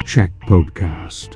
Check Podcast.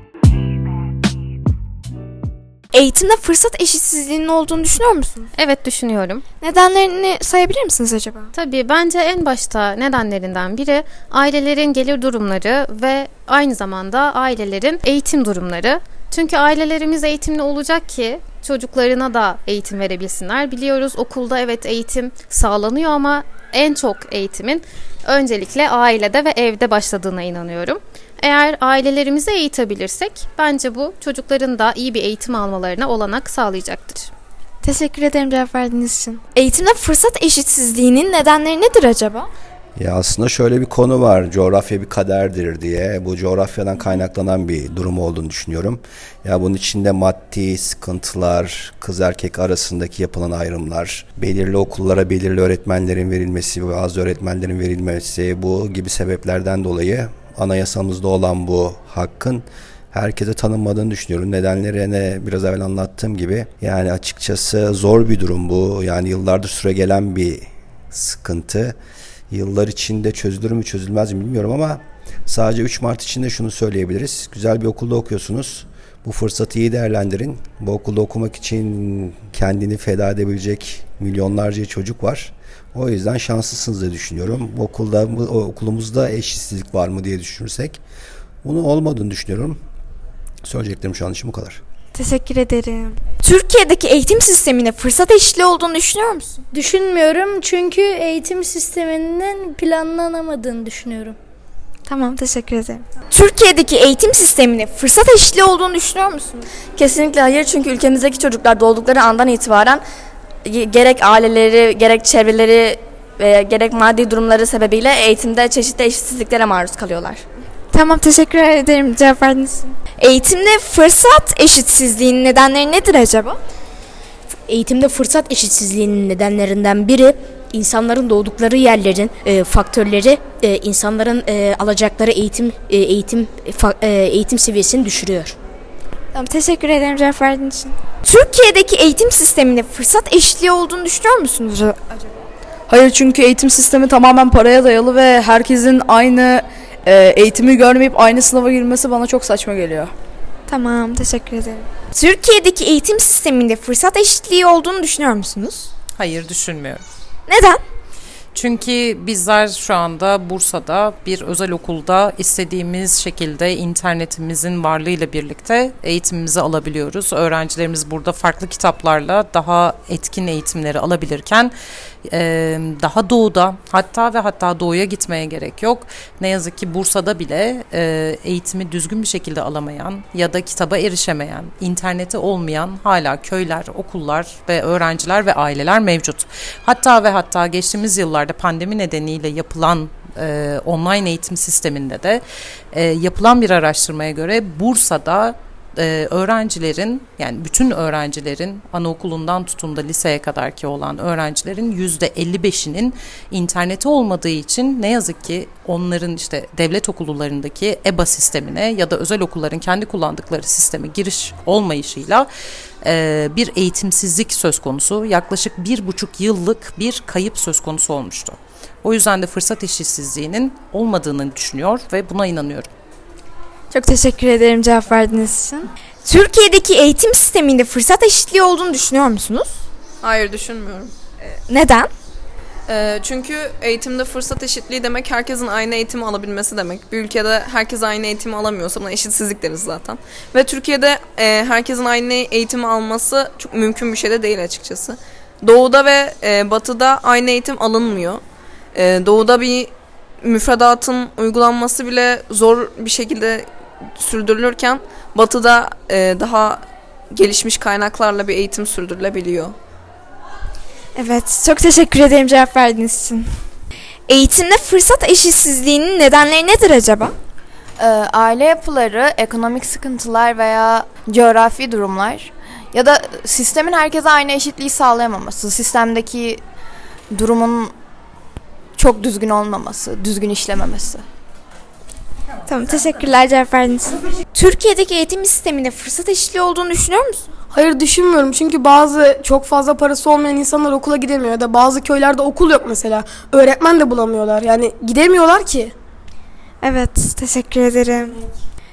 Eğitimde fırsat eşitsizliğinin olduğunu düşünüyor musunuz? Evet, düşünüyorum. Nedenlerini sayabilir misiniz acaba? Tabii, bence en başta nedenlerinden biri ailelerin gelir durumları ve aynı zamanda ailelerin eğitim durumları. Çünkü ailelerimiz eğitimli olacak ki çocuklarına da eğitim verebilsinler. Biliyoruz, okulda evet eğitim sağlanıyor ama en çok eğitimin öncelikle ailede ve evde başladığına inanıyorum. Eğer ailelerimizi eğitebilirsek bence bu çocukların da iyi bir eğitim almalarına olanak sağlayacaktır. Teşekkür ederim cevap verdiğiniz için. Eğitimde fırsat eşitsizliğinin nedenleri nedir acaba? Ya aslında şöyle bir konu var, coğrafya bir kaderdir diye. Bu coğrafyadan kaynaklanan bir durum olduğunu düşünüyorum. Ya bunun içinde maddi sıkıntılar, kız erkek arasındaki yapılan ayrımlar, belirli okullara belirli öğretmenlerin verilmesi, bazı öğretmenlerin verilmesi, bu gibi sebeplerden dolayı anayasamızda olan bu hakkın herkese tanınmadığını düşünüyorum. Nedenlerini biraz evvel anlattığım gibi, yani açıkçası zor bir durum bu. Yani yıllardır süregelen bir sıkıntı. Yıllar içinde çözülür mü çözülmez mi bilmiyorum ama sadece 3 Mart için de şunu söyleyebiliriz. Güzel bir okulda okuyorsunuz. Bu fırsatı iyi değerlendirin. Bu okulda okumak için kendini feda edebilecek milyonlarca çocuk var. O yüzden şanslısınız diye düşünüyorum. Bu okulumuzda eşitsizlik var mı diye düşünürsek bunun olmadığını düşünüyorum. Söyleyeceklerim şu an için bu kadar. Teşekkür ederim. Türkiye'deki eğitim sisteminde fırsat eşitliği olduğunu düşünüyor musun? Düşünmüyorum, çünkü eğitim sisteminin planlanamadığını düşünüyorum. Tamam, teşekkür ederim. Türkiye'deki eğitim sisteminde fırsat eşitliği olduğunu düşünüyor musun? Kesinlikle hayır, çünkü ülkemizdeki çocuklar doğdukları andan itibaren gerek aileleri, gerek çevreleri ve gerek maddi durumları sebebiyle eğitimde çeşitli eşitsizliklere maruz kalıyorlar. Tamam, teşekkür ederim cevap verdiğiniz için. Eğitimde fırsat eşitsizliğinin nedenleri nedir acaba? Eğitimde fırsat eşitsizliğinin nedenlerinden biri insanların doğdukları yerlerin faktörleri insanların alacakları eğitim seviyesini düşürüyor. Tamam, teşekkür ederim cevap verdiğiniz için. Türkiye'deki eğitim sisteminde fırsat eşitliği olduğunu düşünüyor musunuz acaba? Hayır, çünkü eğitim sistemi tamamen paraya dayalı ve herkesin aynı eğitimi görmeyip aynı sınava girmesi bana çok saçma geliyor. Tamam, teşekkür ederim. Türkiye'deki eğitim sisteminde fırsat eşitliği olduğunu düşünüyor musunuz? Hayır, düşünmüyorum. Neden? Çünkü bizler şu anda Bursa'da bir özel okulda istediğimiz şekilde internetimizin varlığıyla birlikte eğitimimizi alabiliyoruz. Öğrencilerimiz burada farklı kitaplarla daha etkin eğitimleri alabilirken daha doğuda, hatta doğuya gitmeye gerek yok. Ne yazık ki Bursa'da bile eğitimi düzgün bir şekilde alamayan ya da kitaba erişemeyen, interneti olmayan hala köyler, okullar ve öğrenciler ve aileler mevcut. Hatta geçtiğimiz yıllarda pandemi nedeniyle yapılan online eğitim sisteminde de yapılan bir araştırmaya göre Bursa'da öğrencilerin, yani bütün öğrencilerin, anaokulundan tutun da liseye kadar ki olan öğrencilerin %55'inin interneti olmadığı için ne yazık ki onların işte devlet okullarındaki EBA sistemine ya da özel okulların kendi kullandıkları sisteme giriş olmayışıyla bir eğitimsizlik söz konusu, yaklaşık 1,5 yıllık bir kayıp söz konusu olmuştu. O yüzden de fırsat eşitsizliğinin olmadığını düşünüyor ve buna inanıyorum. Çok teşekkür ederim cevap verdiğiniz için. Türkiye'deki eğitim sisteminde fırsat eşitliği olduğunu düşünüyor musunuz? Hayır, düşünmüyorum. Neden? Çünkü eğitimde fırsat eşitliği demek herkesin aynı eğitimi alabilmesi demek. Bir ülkede herkes aynı eğitimi alamıyorsa buna eşitsizlik deriz zaten. Ve Türkiye'de herkesin aynı eğitimi alması çok mümkün bir şey de değil açıkçası. Doğuda ve batıda aynı eğitim alınmıyor. Doğuda bir müfredatın uygulanması bile zor bir şekilde sürdürülürken batıda daha gelişmiş kaynaklarla bir eğitim sürdürülebiliyor. Evet, çok teşekkür ederim cevap verdiğiniz için. Eğitimde fırsat eşitsizliğinin nedenleri nedir acaba? Aile yapıları, ekonomik sıkıntılar veya coğrafi durumlar ya da sistemin herkese aynı eşitliği sağlayamaması, sistemdeki durumun çok düzgün olmaması, düzgün işlememesi. Tamam, teşekkürler cevap verdiğiniz için. Türkiye'deki eğitim sisteminde fırsat eşitliği olduğunu düşünüyor musun? Hayır, düşünmüyorum, çünkü bazı çok fazla parası olmayan insanlar okula gidemiyor ya da bazı köylerde okul yok mesela. Öğretmen de bulamıyorlar, yani gidemiyorlar ki. Evet, teşekkür ederim.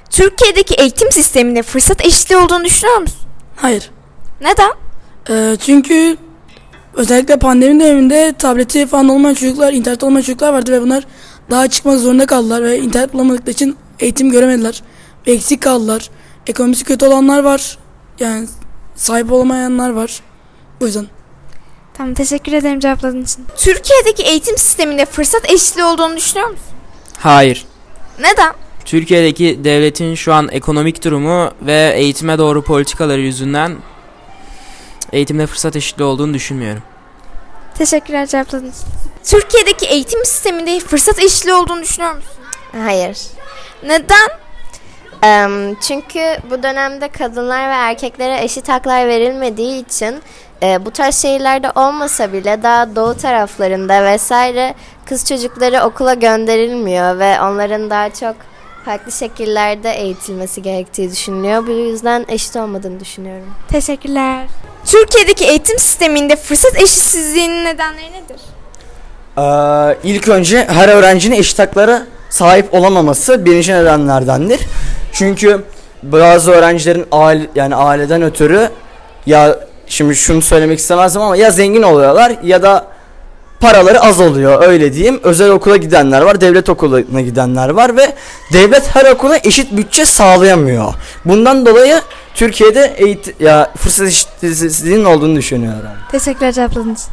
Türkiye'deki eğitim sisteminde fırsat eşitliği olduğunu düşünüyor musun? Hayır. Neden? Çünkü özellikle pandemi döneminde tableti falan olmayan çocuklar, internet olmayan çocuklar vardı ve bunlar daha çıkmak zorunda kaldılar ve internet bulamadıkları için eğitim göremediler. Ve eksik kaldılar. Ekonomisi kötü olanlar var. Yani sahip olamayanlar var. Bu yüzden. Tamam, teşekkür ederim cevapladığın için. Türkiye'deki eğitim sisteminde fırsat eşitliği olduğunu düşünüyor musun? Hayır. Neden? Türkiye'deki devletin şu an ekonomik durumu ve eğitime doğru politikaları yüzünden eğitimde fırsat eşitliği olduğunu düşünmüyorum. Teşekkürler cevapladığın için. Türkiye'deki eğitim sisteminde fırsat eşitliği olduğunu düşünüyor musun? Hayır. Neden? Çünkü bu dönemde kadınlar ve erkeklere eşit haklar verilmediği için bu tarz şehirlerde olmasa bile daha doğu taraflarında vesaire kız çocukları okula gönderilmiyor ve onların daha çok farklı şekillerde eğitilmesi gerektiği düşünülüyor. Bu yüzden eşit olmadığını düşünüyorum. Teşekkürler. Türkiye'deki eğitim sisteminde fırsat eşitsizliğinin nedenleri nedir? İlk önce her öğrencinin eşit haklara sahip olamaması birinci nedenlerdendir. Çünkü bazı öğrencilerin aileden ötürü, ya şimdi şunu söylemek istemezdim ama ya zengin oluyorlar ya da paraları az oluyor, öyle diyeyim. Özel okula gidenler var, devlet okuluna gidenler var ve devlet her okula eşit bütçe sağlayamıyor. Bundan dolayı Türkiye'de fırsat eşitsizliğinin olduğunu düşünüyorum. Teşekkürler cevapladığın için.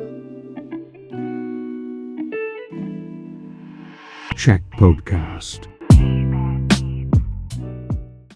Check Podcast.